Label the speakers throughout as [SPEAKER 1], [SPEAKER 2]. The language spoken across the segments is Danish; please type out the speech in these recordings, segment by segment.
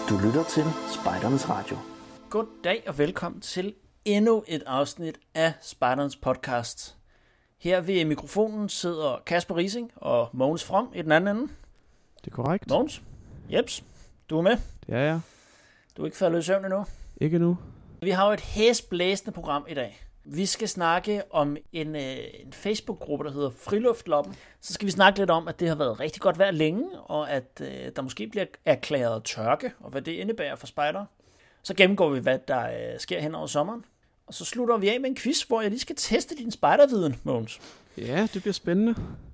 [SPEAKER 1] Du lytter til Spejdernes Radio.
[SPEAKER 2] Goddag og velkommen til endnu et afsnit af Spejdernes podcast. Her ved mikrofonen sidder Kasper Rising og Mogens From i den anden ende.
[SPEAKER 3] Det er korrekt.
[SPEAKER 2] Mogens, jeps, du er med.
[SPEAKER 3] Det er jeg.
[SPEAKER 2] Du er ikke faldet i søvn endnu.
[SPEAKER 3] Ikke endnu.
[SPEAKER 2] Vi har jo et hæsblæsende program i dag. Vi skal snakke om en Facebook-gruppe, der hedder Friluftlobben. Så skal vi snakke lidt om, at det har været rigtig godt vejr længe, og at der måske bliver erklæret tørke, og hvad det indebærer for spejdere. Så gennemgår vi, hvad der sker hen over sommeren. Og så slutter vi af med en quiz, hvor jeg lige skal teste din spejderviden, Mogens.
[SPEAKER 3] Ja, det bliver spændende.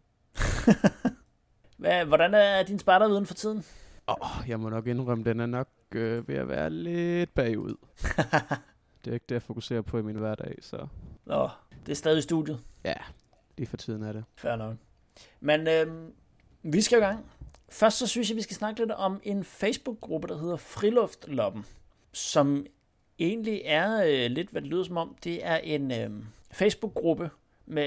[SPEAKER 2] Hvordan er din spejderviden for tiden?
[SPEAKER 3] Jeg må nok indrømme, den er nok ved at være lidt bagud. Det er ikke det, jeg fokuserer på i min hverdag, så...
[SPEAKER 2] Nå, det er stadig studiet.
[SPEAKER 3] Ja, lige for tiden er det.
[SPEAKER 2] Fair nok. Men vi skal i gang. Først så synes jeg, vi skal snakke lidt om en Facebook-gruppe, der hedder Friluftlobben, som egentlig er lidt, hvad det lyder som om, det er en Facebook-gruppe med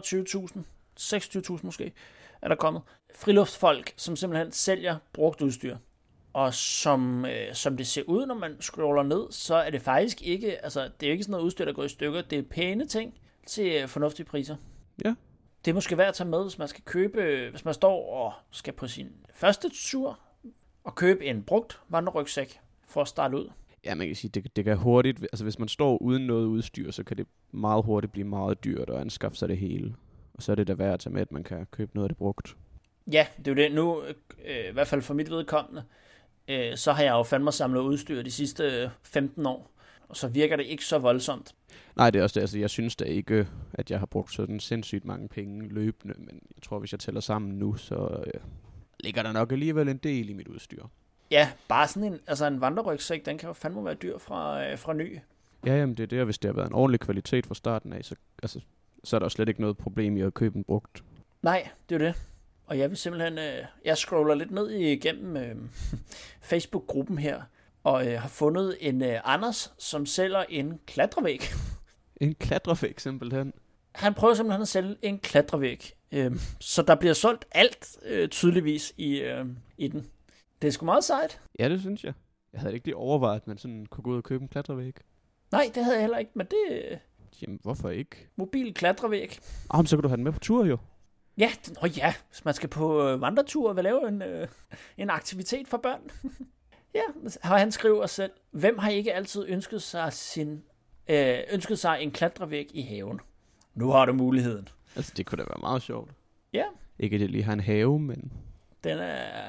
[SPEAKER 2] 25.000, 26.000 måske, er der kommet. Friluftsfolk, som simpelthen sælger brugt udstyr. Og som det ser ud, når man scroller ned, så er det faktisk ikke, altså det er ikke sådan noget udstyr, der går i stykker. Det er pæne ting til fornuftige priser.
[SPEAKER 3] Ja.
[SPEAKER 2] Det er måske værd at tage med, hvis man skal købe, hvis man står og skal på sin første tur og købe en brugt vandrerygsæk for at starte ud.
[SPEAKER 3] Ja, man kan sige, det kan hurtigt, altså hvis man står uden noget udstyr, så kan det meget hurtigt blive meget dyrt at anskaffe sig det hele. Og så er det da værd at tage med, at man kan købe noget af det brugt.
[SPEAKER 2] Ja, det er jo det. Nu, i hvert fald for mit vedkommende, så har jeg jo fandme samlet udstyr de sidste 15 år, og så virker det ikke så voldsomt.
[SPEAKER 3] Nej, det er også det. Altså, jeg synes da ikke, at jeg har brugt sådan sindssygt mange penge løbende, men jeg tror, hvis jeg tæller sammen nu, så ligger der nok alligevel en del i mit udstyr.
[SPEAKER 2] Ja, bare sådan en vandrerygsæk, den kan jo fandme være dyr fra ny.
[SPEAKER 3] Ja, jamen det er det, og hvis det har været en ordentlig kvalitet fra starten af, så er der jo slet ikke noget problem i at købe en brugt.
[SPEAKER 2] Nej, det er jo det. Og jeg vil simpelthen, jeg scroller lidt ned igennem Facebook-gruppen her, og har fundet en Anders, som sælger en klatrevæg.
[SPEAKER 3] En klatrevæg simpelthen?
[SPEAKER 2] Han prøver simpelthen at sælge en klatrevæg. Så der bliver solgt alt tydeligvis i den. Det er sgu meget sejt.
[SPEAKER 3] Ja, det synes jeg. Jeg havde ikke lige overvejet, at man sådan kunne gå ud og købe en klatrevæg.
[SPEAKER 2] Nej, det havde jeg heller ikke, men det...
[SPEAKER 3] Jamen, hvorfor ikke?
[SPEAKER 2] Mobil klatrevæg.
[SPEAKER 3] Men så kan du have den med på tur jo.
[SPEAKER 2] Ja, hvis man skal på vandretur og vil lave en aktivitet for børn. Ja, og han skriver selv, hvem har ikke altid ønsket sig en klatrevæg i haven? Nu har du muligheden.
[SPEAKER 3] Altså, det kunne da være meget sjovt.
[SPEAKER 2] Ja.
[SPEAKER 3] Ikke at det lige har en have, men... Den
[SPEAKER 2] er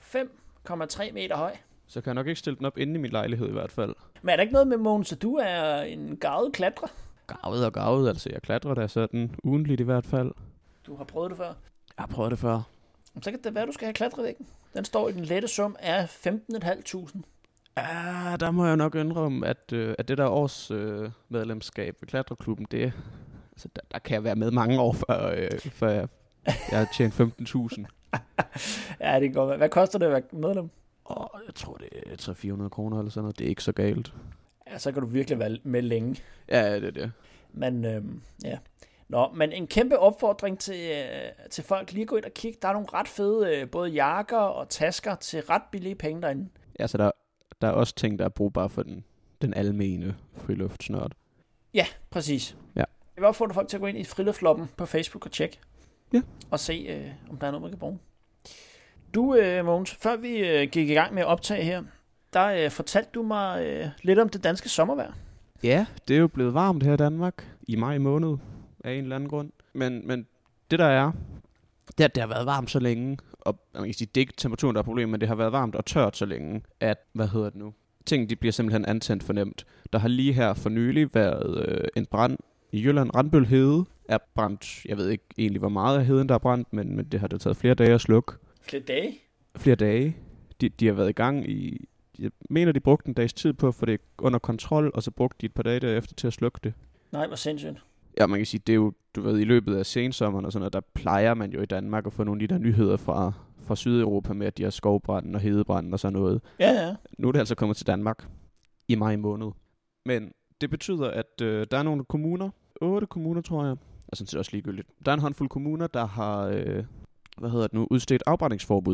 [SPEAKER 2] 5,3 meter høj.
[SPEAKER 3] Så kan jeg nok ikke stille den op inde i min lejlighed i hvert fald.
[SPEAKER 2] Men er der ikke noget med, Mogens, at du er en garvet klatrer?
[SPEAKER 3] Garvet, altså jeg klatrer da sådan ugentligt i hvert fald.
[SPEAKER 2] Du har prøvet det før?
[SPEAKER 3] Jeg har prøvet det før.
[SPEAKER 2] Så kan det være, du skal have klatrevæggen. Den står i den lette sum af 15.500.
[SPEAKER 3] Ja, der må jeg nok indrømme, at det der års medlemskab ved klatreklubben, det, altså der kan jeg være med mange år, før jeg har tjent 15.000.
[SPEAKER 2] Ja, det går. Hvad koster det at være medlem?
[SPEAKER 3] Jeg tror, det er 300-400 kroner eller sådan noget. Det er ikke så galt.
[SPEAKER 2] Ja, så kan du virkelig være med længe.
[SPEAKER 3] Ja, det er det.
[SPEAKER 2] Men, ja. Men en kæmpe opfordring til folk lige at gå ind og kigge. Der er nogle ret fede både jakker og tasker til ret billige penge derinde.
[SPEAKER 3] Ja, så der er også ting, der er brugbare for den almene friluftsnørd.
[SPEAKER 2] Ja, præcis.
[SPEAKER 3] Ja.
[SPEAKER 2] Jeg vil opfordre folk til at gå ind i Friluftlobben på Facebook og tjekke.
[SPEAKER 3] Ja.
[SPEAKER 2] Og se, om der er noget, man kan bruge. Du, Mogens, før vi gik i gang med at optage her, der fortalte du mig lidt om det danske sommervejr.
[SPEAKER 3] Ja, det er jo blevet varmt her i Danmark i maj måned af en eller anden grund. Men det der er, det har været varmt så længe, og man kan sige, det er ikke temperaturen, der er problemet, men det har været varmt og tørt så længe, at, ting de bliver simpelthen antændt for nemt. Der har lige her for nylig været en brand i Jylland. Randbøl Hede er brændt. Jeg ved ikke egentlig, hvor meget af heden, der er brændt, men det har det taget flere dage at slukke.
[SPEAKER 2] Flere dage?
[SPEAKER 3] Flere dage. De har været i gang i... Jeg mener, de brugte en dags tid på at få det under kontrol, og så brugte de et par dage derefter til at slukke det.
[SPEAKER 2] Nej, hvor sindssygt.
[SPEAKER 3] Ja, man kan sige, det er jo, du ved, i løbet af sensommeren og sådan noget, der plejer man jo i Danmark at få nogle af de der nyheder fra Sydeuropa med, at de har skovbranden og hedebranden og sådan noget.
[SPEAKER 2] Ja.
[SPEAKER 3] Nu er det altså kommet til Danmark i maj måned. Men det betyder, at der er nogle kommuner, 8 kommuner, tror jeg, og sådan set også ligegyldigt. Der er en håndfuld kommuner, der har udstedt afbrændingsforbud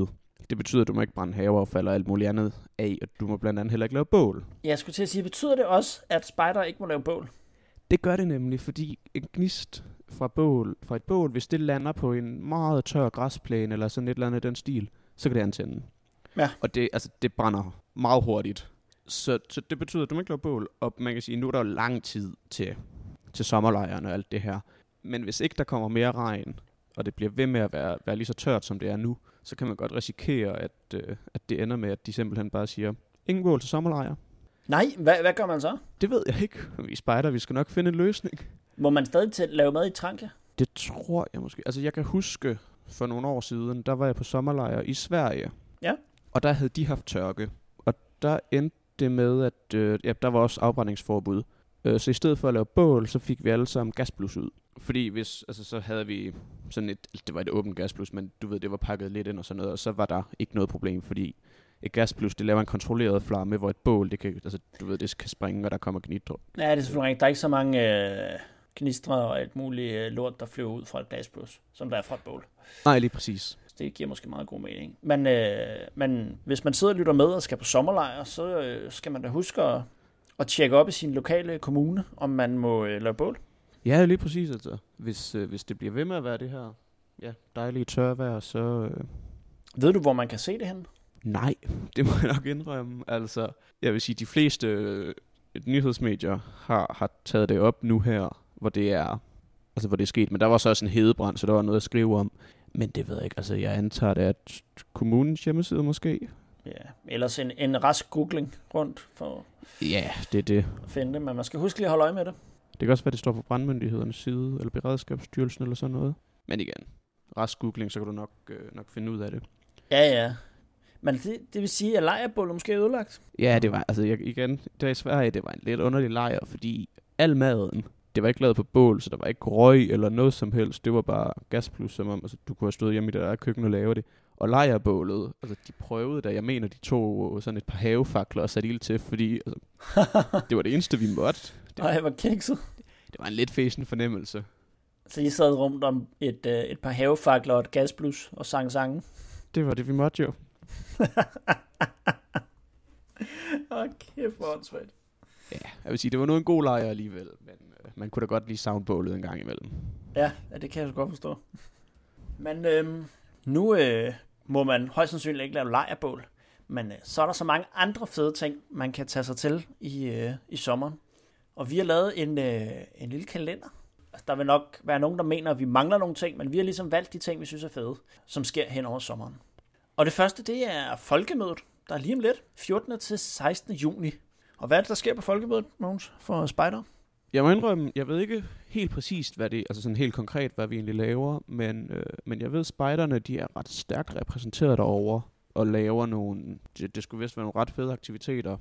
[SPEAKER 3] Det betyder, at du må ikke brænde haveaffald og alt muligt andet af, og du må blandt andet heller ikke lave bål.
[SPEAKER 2] Jeg skulle til at sige, betyder det også, at spejdere ikke må lave bål?
[SPEAKER 3] Det gør det nemlig, fordi en gnist fra et bål, hvis det lander på en meget tør græsplæne eller sådan et eller andet den stil, så kan det antænde.
[SPEAKER 2] Ja.
[SPEAKER 3] Og det brænder meget hurtigt. Så det betyder, at du må ikke lave bål, og man kan sige, at nu er der jo lang tid til sommerlejren og alt det her. Men hvis ikke der kommer mere regn, og det bliver ved med at være lige så tørt, som det er nu, så kan man godt risikere, at det ender med, at de simpelthen bare siger, ingen bål til sommerlejr.
[SPEAKER 2] Nej, hvad gør man så?
[SPEAKER 3] Det ved jeg ikke. Vi spejder, vi skal nok finde en løsning.
[SPEAKER 2] Må man stadig lave mad i tranke?
[SPEAKER 3] Det tror jeg måske. Altså jeg kan huske, for nogle år siden, der var jeg på sommerlejr i Sverige.
[SPEAKER 2] Ja.
[SPEAKER 3] Og der havde de haft tørke. Og der endte det med, at der var også afbrændingsforbud. Så i stedet for at lave bål, så fik vi alle sammen gasblus ud. Fordi så havde vi sådan det var et åbent gasblus, men du ved, det var pakket lidt ind og sådan noget, og så var der ikke noget problem, fordi et gasblus, det laver en kontrolleret flamme, hvor et bål, det kan, det kan springe, og der kommer gnidrer.
[SPEAKER 2] Ja, det er selvfølgelig rigtigt. Der er ikke så mange gnistre og alt muligt lort, der flyver ud fra et gasblus, som der er fra et bål.
[SPEAKER 3] Nej, lige præcis.
[SPEAKER 2] Det giver måske meget god mening. Men hvis man sidder og lytter med og skal på sommerlejr, så skal man da huske at tjekke op i sin lokale kommune, om man må lave bål.
[SPEAKER 3] Ja, lige præcis. Altså. Hvis det bliver ved med at være det her dejlige tørvejr, så...
[SPEAKER 2] Ved du, hvor man kan se det hen?
[SPEAKER 3] Nej, det må jeg nok indrømme. Altså, jeg vil sige, de fleste nyhedsmedier har taget det op nu her, hvor det er sket. Men der var så også en hedebrand, så der var noget at skrive om. Men det ved jeg ikke. Altså, jeg antager det, at kommunens hjemmeside måske.
[SPEAKER 2] Ja, ellers en rask googling rundt for
[SPEAKER 3] det er det.
[SPEAKER 2] At finde det. Men man skal huske lige at holde øje med det.
[SPEAKER 3] Det kan også være, det står på brandmyndighedernes side, eller Beredskabsstyrelsen eller sådan noget. Men igen, rask googling, så kan du nok finde ud af det.
[SPEAKER 2] Ja. Men det vil sige, at lejrbålet måske er ødelagt?
[SPEAKER 3] Ja, det var, igen, der i Sverige, det var en lidt underlig lejr, fordi al maden, det var ikke lavet på bål, så der var ikke røg eller noget som helst. Det var bare gasplus, som om du kunne have stået hjemme i det der køkken og lave det. Og lejrbålet, de prøvede da, jeg mener, de tog sådan et par havefakler og satte ild til, fordi det var det eneste, vi måtte.
[SPEAKER 2] Nej, hvor kikset.
[SPEAKER 3] Det var en lidt fæsen fornemmelse.
[SPEAKER 2] Så I sad rundt om et par havefakler og et gasblus og sang sange?
[SPEAKER 3] Det var det, vi måtte jo.
[SPEAKER 2] Kæft, hvor åndssvagt.
[SPEAKER 3] Ja, jeg vil sige, det var nu en god lejr alligevel, men man kunne da godt lige savne bålet en gang imellem.
[SPEAKER 2] Ja, det kan jeg så godt forstå. Men nu må man højst sandsynligt ikke lave lejrbål, men så er der så mange andre fede ting, man kan tage sig til i sommeren. Og vi har lavet en lille kalender. Altså, der vil nok være nogen, der mener, at vi mangler nogle ting, men vi har ligesom valgt de ting, vi synes er fede, som sker hen over sommeren. Og det første, det er folkemødet, der er lige om lidt, 14. til 16. juni. Og hvad er det, der sker på folkemødet, Mogens, for spejder?
[SPEAKER 3] Jeg må indrømme, jeg ved ikke helt præcist, hvad det, altså sådan helt konkret, hvad vi egentlig laver, men jeg ved, spejderne, de er ret stærkt repræsenteret derovre og laver nogle, det skulle vist være nogle ret fede aktiviteter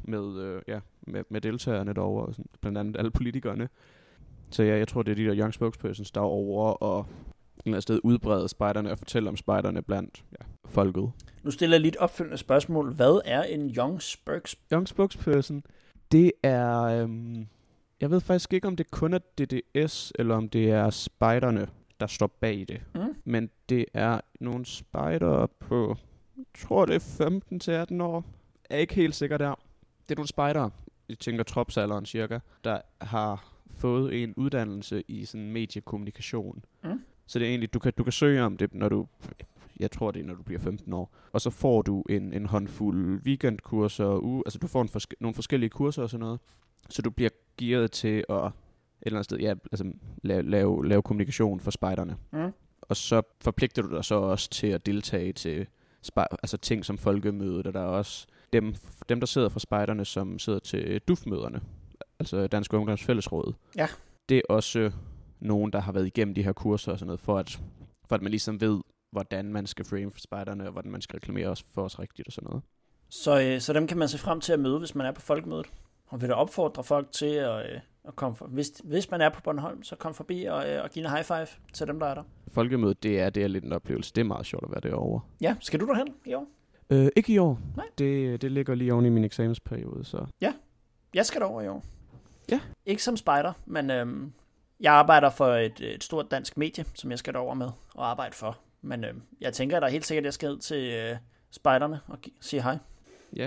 [SPEAKER 3] med deltagerne derovre, og sådan, blandt andet alle politikerne. Så jeg tror, det er de der young spokespersons derovre og et eller andet sted udbrede spejderne og fortælle om spejderne blandt folket.
[SPEAKER 2] Nu stiller jeg lige et opfølgende spørgsmål. Hvad er en young spokesperson?
[SPEAKER 3] Young spokesperson, det er... jeg ved faktisk ikke, om det kun er DDS, eller om det er spejderne, der står bag det. Men det er nogle spejdere på, jeg tror det er 15-18 år. Jeg er ikke helt sikker der. Det er nogle spejdere, jeg tænker tropsalderen cirka, der har fået en uddannelse i sådan mediekommunikation. Så det er egentlig, du kan søge om det, når du... Jeg tror, det er, når du bliver 15 år. Og så får du en håndfuld weekendkurser, altså du får nogle forskellige kurser og sådan noget. Så du bliver gearet til at et eller andet sted, lave kommunikation for spejderne. Og så forpligter du dig så også til at deltage til ting som folkemødet, og der er også dem, der sidder fra spejderne, som sidder til DUF-møderne, altså Dansk Ungdoms Fællesråd. Ja. Det er også nogen, der har været igennem de her kurser og sådan noget, for at man ligesom ved, hvordan man skal frame for spejderne, og hvordan man skal reklamere os for os rigtigt og sådan noget.
[SPEAKER 2] Så dem kan man se frem til at møde, hvis man er på folkemødet? Og vil du opfordre folk til at komme hvis man er på Bornholm, så kom forbi og give en high five til dem, der er der?
[SPEAKER 3] Folkemødet, det er lidt en oplevelse. Det er meget sjovt at være derovre.
[SPEAKER 2] Ja, skal du derhen i år?
[SPEAKER 3] Ikke i år.
[SPEAKER 2] Nej.
[SPEAKER 3] Det ligger lige oven i min eksamensperiode, så...
[SPEAKER 2] Ja, jeg skal derover i år.
[SPEAKER 3] Ja.
[SPEAKER 2] Ikke som spejder, men jeg arbejder for et stort dansk medie, som jeg skal derover med og arbejde for. Men jeg tænker, at der er helt sikkert, at jeg skal ned til spejderne og sige hej.
[SPEAKER 3] Ja.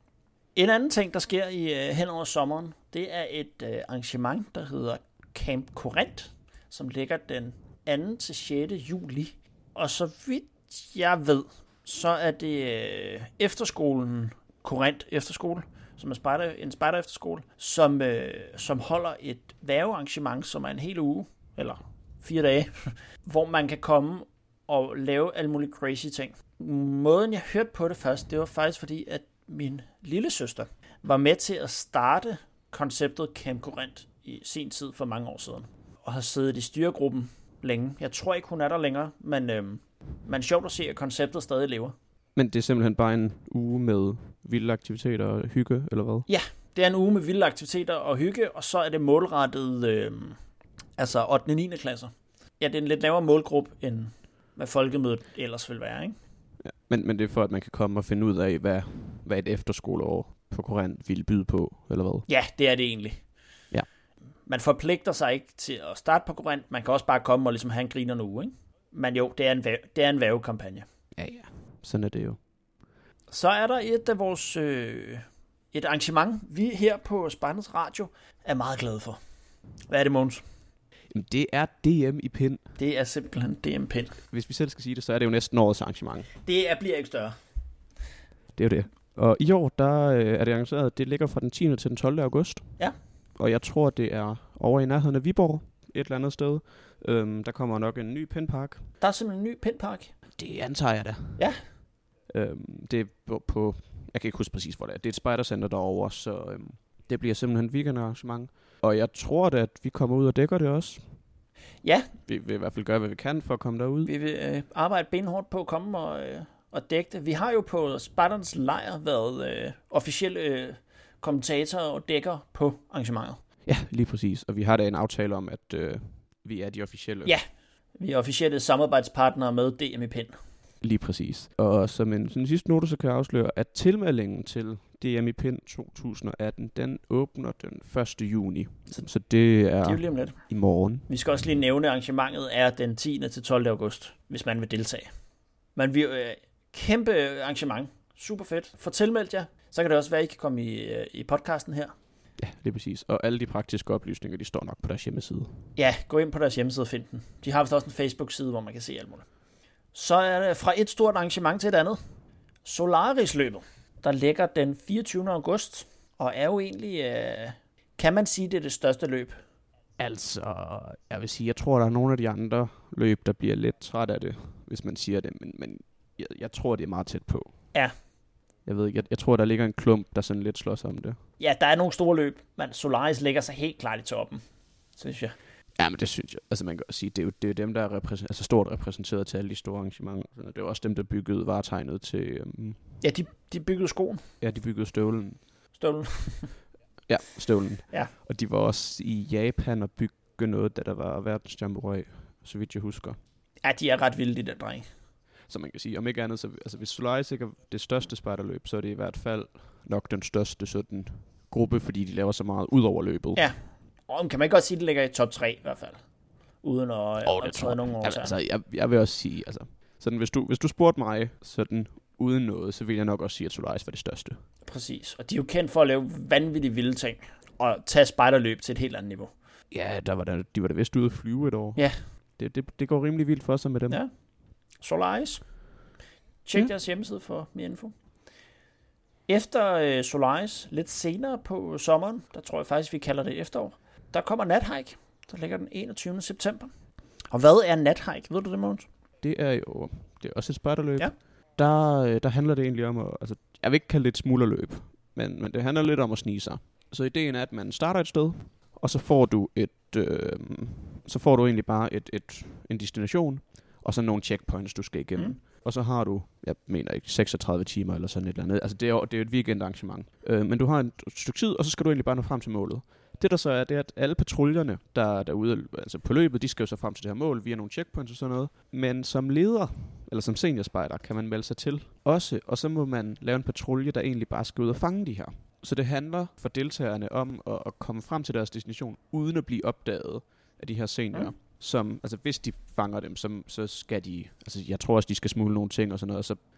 [SPEAKER 2] En anden ting, der sker hen over sommeren, det er et arrangement, der hedder Camp Corinth, som ligger den 2. til 6. juli. Og så vidt jeg ved, så er det efterskolen, Corinth Efterskole, som er en spejder efterskole, som holder et værgearrangement, som er en hel uge, eller 4 dage, hvor man kan komme og lave alle mulige crazy ting. Måden, jeg hørte på det først, det var faktisk fordi, at min lille søster var med til at starte konceptet Camp Corinth i sin tid for mange år siden, og har siddet i styregruppen længe. Jeg tror ikke, hun er der længere, men sjovt at se, at konceptet stadig lever.
[SPEAKER 3] Men det er simpelthen bare en uge med vilde aktiviteter og hygge, eller hvad?
[SPEAKER 2] Ja, det er en uge med vilde aktiviteter og hygge, og så er det målrettet 8. og 9. klasser. Ja, det er en lidt lavere målgruppe, end hvad folkemødet ellers vil være, ikke?
[SPEAKER 3] Ja, men det er for, at man kan komme og finde ud af, hvad et efterskoleår på Corinth ville byde på, eller hvad?
[SPEAKER 2] Ja, det er det egentlig.
[SPEAKER 3] Ja.
[SPEAKER 2] Man forpligter sig ikke til at starte på Corinth. Man kan også bare komme og ligesom have en griner uge, ikke? Men jo, det er en vævekampagne.
[SPEAKER 3] Ja. Sådan er det jo.
[SPEAKER 2] Så er der et af vores et arrangement, vi her på Spejdernes Radio er meget glade for. Hvad er det, Mogens?
[SPEAKER 3] Jamen, det er DM i pind.
[SPEAKER 2] Det er simpelthen DM pind.
[SPEAKER 3] Hvis vi selv skal sige det, så er det jo næsten årets arrangement.
[SPEAKER 2] Det bliver ikke større.
[SPEAKER 3] Det er jo det. Og i år, der er det arrangeret, det ligger fra den 10. til den 12. august.
[SPEAKER 2] Ja.
[SPEAKER 3] Og jeg tror, det er over i nærheden af Viborg, et eller andet sted. Der kommer nok en ny pindpark.
[SPEAKER 2] Der er simpelthen en ny pindpark?
[SPEAKER 3] Det antager jeg da.
[SPEAKER 2] Ja.
[SPEAKER 3] Det er på, jeg kan ikke huske præcis, hvor det er. Det er et spejdercenter derovre, så det bliver simpelthen et weekendarrangement. Og jeg tror da, at vi kommer ud og dækker det også.
[SPEAKER 2] Ja.
[SPEAKER 3] Vi vil i hvert fald gøre, hvad vi kan for at komme derud.
[SPEAKER 2] Vi vil arbejde benhårdt på at komme og dække det. Vi har jo på Spejdernes Lejr været officielle kommentatorer og dækker på arrangementet.
[SPEAKER 3] Ja, lige præcis. Og vi har da en aftale om, at vi er de officielle.
[SPEAKER 2] Ja, vi er officielle samarbejdspartnere med DM i pind.
[SPEAKER 3] Lige præcis. Og som en sidste note, så kan jeg afsløre, at tilmeldingen til DM i pind 2018, den åbner den 1. juni. Så det er
[SPEAKER 2] lige om lidt.
[SPEAKER 3] I morgen.
[SPEAKER 2] Vi skal også lige nævne, at arrangementet er den 10. til 12. august, hvis man vil deltage. Men vi kæmpe arrangement. Super fedt. Få tilmeldt jer. Så kan det også være, at I kan komme i podcasten her.
[SPEAKER 3] Ja, det er præcis. Og alle de praktiske oplysninger, de står nok på deres hjemmeside.
[SPEAKER 2] Ja, gå ind på deres hjemmeside og find den. De har vist også en Facebook-side, hvor man kan se alt muligt. Så er det fra et stort arrangement til et andet. Solaris-løbet, der ligger den 24. august, og er jo egentlig, kan man sige, det er det største løb?
[SPEAKER 3] Altså, jeg vil sige, jeg tror, der er nogle af de andre løb, der bliver lidt træt af det, hvis man siger det, men jeg tror, det er meget tæt på.
[SPEAKER 2] Ja.
[SPEAKER 3] Jeg ved ikke, jeg tror, der ligger en klump, der sådan lidt slås om det.
[SPEAKER 2] Ja, der er nogle store løb, men Solaris ligger sig helt klart i toppen, synes jeg.
[SPEAKER 3] Ja, men det synes jeg. Altså man kan sige, det er jo dem, der er stort repræsenteret til alle de store arrangementer. Det er jo også dem, der byggede varetegnet til...
[SPEAKER 2] Ja, de byggede skoen.
[SPEAKER 3] Ja, de byggede støvlen. Ja, støvlen.
[SPEAKER 2] Ja.
[SPEAKER 3] Og de var også i Japan og bygge noget, da der var verdensjamboree, så vidt jeg husker.
[SPEAKER 2] Ja, de er ret vilde, de der drenge.
[SPEAKER 3] Så man kan sige, om ikke andet, så altså, hvis Solaris ikke er det største spejderløb, så er det i hvert fald nok den største sådan gruppe, fordi de laver så meget ud over løbet.
[SPEAKER 2] Ja, og kan man ikke godt sige, at det ligger i top 3 i hvert fald, uden at træde nogen over.
[SPEAKER 3] Altså, jeg vil også sige, altså, sådan, hvis du spurgte mig sådan uden noget, så vil jeg nok også sige, at Solaris var det største.
[SPEAKER 2] Præcis, og de er jo kendt for at lave vanvittigt vilde ting, og tage spejderløb til et helt andet niveau.
[SPEAKER 3] Ja, de var da vist ude at flyve et år.
[SPEAKER 2] Ja.
[SPEAKER 3] Det går rimelig vildt for sig med dem.
[SPEAKER 2] Ja. Solaris. Tjek deres hjemmeside for mere info. Efter Solaris, lidt senere på sommeren, der tror jeg faktisk, vi kalder det efterår, der kommer Nathike, der ligger den 21. september. Og hvad er Nathike? Ved du det, Mogens?
[SPEAKER 3] Det er også et spejderløb.
[SPEAKER 2] Ja.
[SPEAKER 3] Der handler det egentlig om altså, jeg vil ikke kalde det et smuglerløb, men det handler lidt om at snige sig. Så ideen er, at man starter et sted, og så får du egentlig bare en destination, og så nogle checkpoints, du skal igennem. Og så har du, jeg mener ikke, 36 timer eller sådan et eller andet. Altså det er jo et weekendarrangement. Men du har et stykke tid, og så skal du egentlig bare nå frem til målet. Det der så er, det er, at alle patruljerne, der er derude altså på løbet, de skal jo så frem til det her mål via nogle checkpoints og sådan noget. Men som leder, eller som seniorspejder, kan man melde sig til også, og så må man lave en patrulje, der egentlig bare skal ud og fange de her. Så det handler for deltagerne om at komme frem til deres destination, uden at blive opdaget af de her seniorer. Som, altså hvis de fanger dem, så skal de, altså jeg tror også, de skal smule nogle ting og sådan noget, så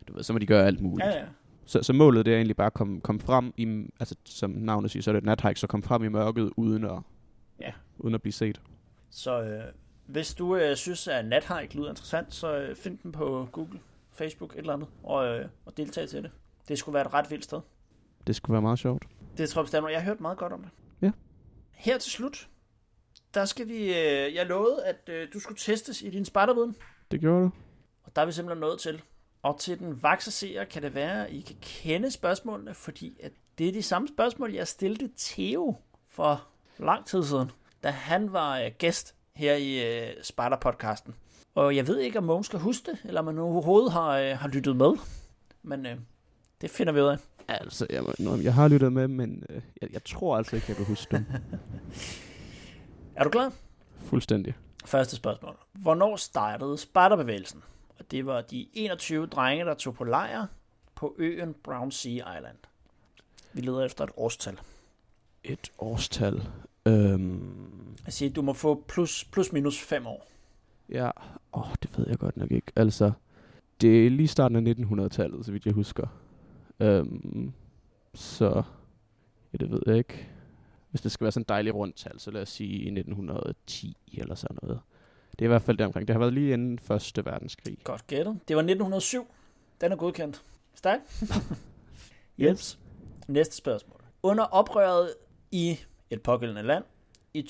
[SPEAKER 3] du ved, så må de gøre alt muligt.
[SPEAKER 2] Ja.
[SPEAKER 3] Så målet det er egentlig bare at komme frem i, altså som navnet siger, så er det et nathike, så komme frem i mørket uden at blive set.
[SPEAKER 2] Så hvis du synes, at nathike lyder interessant, så find den på Google, Facebook, et eller andet, og deltage til det. Det skulle være et ret vildt sted.
[SPEAKER 3] Det skulle være meget sjovt.
[SPEAKER 2] Det tror jeg bestemt, jeg har hørt meget godt om det.
[SPEAKER 3] Ja.
[SPEAKER 2] Her til slut, der skal vi, jeg lovede, at du skulle testes i din spejderviden.
[SPEAKER 3] Det gjorde du.
[SPEAKER 2] Og der er vi simpelthen nået til. Og til den vakse seer kan det være, at I kan kende spørgsmålene, fordi at det er de samme spørgsmål, jeg stillede Theo for lang tid siden, da han var gæst her i Spejder-podcasten. Og jeg ved ikke, om Mogens skal huske det, eller om man overhovedet har lyttet med. Men det finder vi ud af.
[SPEAKER 3] Altså, jeg har lyttet med, men jeg tror altså ikke, jeg kan huske dem.
[SPEAKER 2] Er du klar?
[SPEAKER 3] Fuldstændig.
[SPEAKER 2] Første spørgsmål. Hvornår startede spejderbevægelsen? Og det var de 21 drenge, der tog på lejr på øen Brownsea Island. Vi leder efter et årstal.
[SPEAKER 3] Et årstal?
[SPEAKER 2] Jeg siger, du må få plus minus 5 år.
[SPEAKER 3] Ja, det ved jeg godt nok ikke. Altså, det er lige starten af 1900-tallet, så vidt jeg husker. Så, ja, det ved jeg ikke. Hvis det skal være sådan en dejlig rundtal, så lad os sige i 1910 eller sådan noget. Det er i hvert fald deromkring. Det har været lige inden Første Verdenskrig.
[SPEAKER 2] Godt gættet. Det var 1907. Den er godkendt. Stærk. Yes. Næste spørgsmål. Under oprøret i et pågældende land i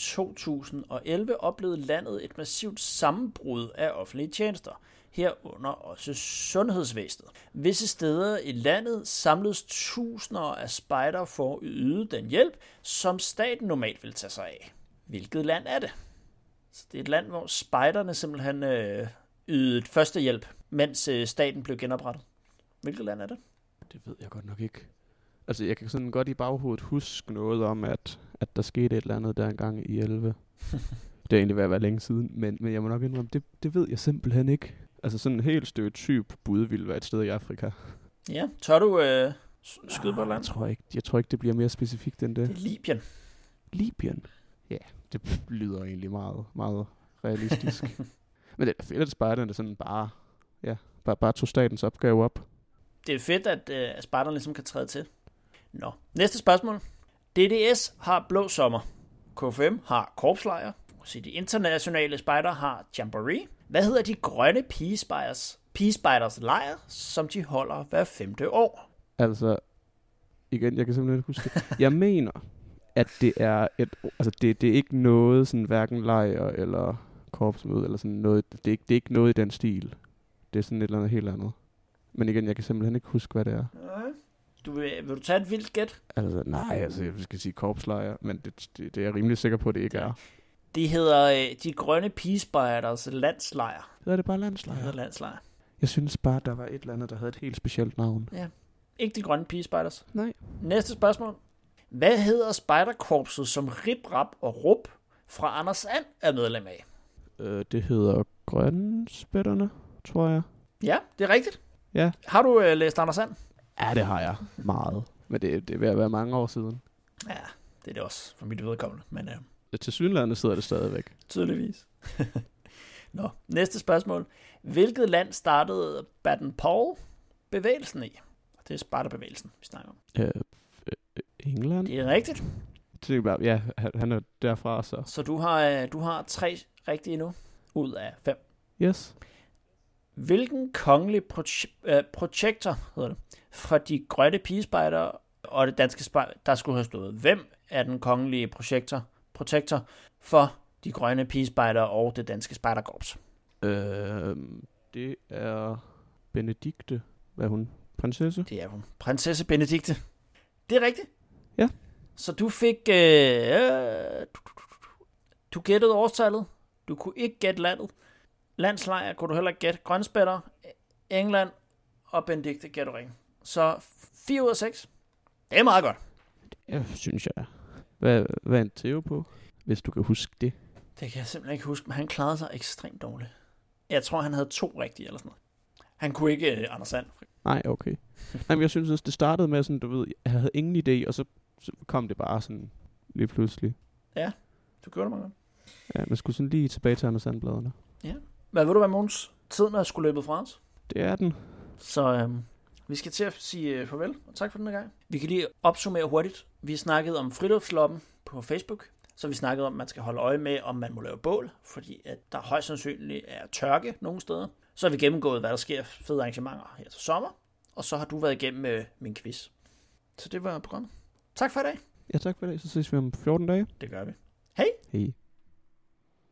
[SPEAKER 2] 2011 oplevede landet et massivt sammenbrud af offentlige tjenester, herunder også sundhedsvæsenet. Visse steder i landet samledes tusinder af spejdere for at yde den hjælp, som staten normalt vil tage sig af. Hvilket land er det? Så det er et land, hvor spejderne simpelthen ydede førstehjælp, mens staten blev genoprettet. Hvilket land er det?
[SPEAKER 3] Det ved jeg godt nok ikke. Altså, jeg kan sådan godt i baghovedet huske noget om, at der skete et eller andet der engang i 11. Det er egentlig ved at være længe siden, men jeg må nok indrømme, det ved jeg simpelthen ikke. Altså sådan en helt stereotyp bud ville være et sted i Afrika.
[SPEAKER 2] Ja, tør du skyde på et land?
[SPEAKER 3] Jeg tror ikke, det bliver mere specifikt end det.
[SPEAKER 2] Det er Libyen.
[SPEAKER 3] Libyen? Ja, det lyder egentlig meget, meget realistisk. Men det er fedt, at spejderne sådan bare tog statens opgave op.
[SPEAKER 2] Det er fedt, at spejderne ligesom kan træde til. Nå, næste spørgsmål. DDS har blå sommer. KFM har korpslejr. Så de internationale spejder har jamboree. Hvad hedder de grønne pigespejders lejr, som de holder hver 5. år?
[SPEAKER 3] Altså, igen, jeg kan simpelthen ikke huske det. Jeg mener, at det er det er ikke noget sådan hverken lejr eller korpsmøde eller sådan noget. Det er ikke noget i den stil. Det er sådan et eller andet helt andet. Men igen, jeg kan simpelthen ikke huske, hvad det er.
[SPEAKER 2] Vil du tage et vildt gæt?
[SPEAKER 3] Altså, nej, jeg skal sige korpslejr, men det er jeg rimelig sikker på, at det ikke er.
[SPEAKER 2] Det hedder de grønne pigespejders landslejr.
[SPEAKER 3] Hedder det bare landslejr?
[SPEAKER 2] Det hedder landslejr.
[SPEAKER 3] Jeg synes bare, der var et eller andet, der havde et helt specielt navn.
[SPEAKER 2] Ja. Ikke de grønne pigespejders.
[SPEAKER 3] Nej.
[SPEAKER 2] Næste spørgsmål. Hvad hedder spejderkorpset, som Rip, Rap og Rup fra Anders And er medlem af?
[SPEAKER 3] Det hedder Grønspætterne, tror jeg.
[SPEAKER 2] Ja, det er rigtigt.
[SPEAKER 3] Ja.
[SPEAKER 2] Har du læst Anders And?
[SPEAKER 3] Ja, det har jeg. Meget. Men det er ved at være mange år siden.
[SPEAKER 2] Ja, det er det også for mit vedkommende. Men
[SPEAKER 3] til synlandet sidder det stadigvæk.
[SPEAKER 2] Tydeligvis. Nå, næste spørgsmål. Hvilket land startede Baden-Powell-bevægelsen i? Det er spejderbevægelsen, vi snakker om.
[SPEAKER 3] England?
[SPEAKER 2] Det er rigtigt.
[SPEAKER 3] Ja, han er derfra, så.
[SPEAKER 2] Så du har 3 rigtige nu, ud af 5.
[SPEAKER 3] Yes. Hvilken
[SPEAKER 2] kongelig protektor, hedder det, fra de grønne pigespejder og det danske spejder, der skulle have stået? Hvem er den kongelige protektor for de grønne pigespejder og det danske spejderkorps?
[SPEAKER 3] Det er Benedikte. Hvad er hun? Prinsesse?
[SPEAKER 2] Det er hun. Prinsesse Benedikte. Det er rigtigt.
[SPEAKER 3] Ja.
[SPEAKER 2] Så du fik... du gættede årstallet. Du kunne ikke gætte landet. Landslejr kunne du heller ikke gætte. Grønspætter, England og Benedikte gætter ring. Så 4 ud af 6. Det er meget godt.
[SPEAKER 3] Det synes jeg. Hvad er en Theo på, hvis du kan huske det?
[SPEAKER 2] Det kan jeg simpelthen ikke huske, men han klarede sig ekstremt dårligt. Jeg tror, han havde 2 rigtige eller sådan noget. Han kunne ikke Anders And.
[SPEAKER 3] Nej, okay. Men jeg synes også, det startede med sådan, du ved, jeg havde ingen idé, og så kom det bare sådan lige pludselig.
[SPEAKER 2] Ja, du gjorde det meget godt.
[SPEAKER 3] Ja, man skulle sådan lige tilbage til Anders And-bladene.
[SPEAKER 2] Ja. Hvad ved du, hvad Mogens tiden er skulle løbet fra os?
[SPEAKER 3] Det er den.
[SPEAKER 2] Så Vi skal til at sige farvel, og tak for den gang. Vi kan lige opsummere hurtigt. Vi snakkede om Friluftsloppen på Facebook. Så vi snakkede om, at man skal holde øje med, om man må lave bål, fordi at der højst sandsynligt er tørke nogle steder. Så har vi gennemgået, hvad der sker fede arrangementer her til sommer. Og så har du været igennem min quiz. Så det var programmet. Tak for i dag.
[SPEAKER 3] Ja, tak for i dag. Så ses vi om 14 dage.
[SPEAKER 2] Det gør vi. Hej!
[SPEAKER 3] Hej.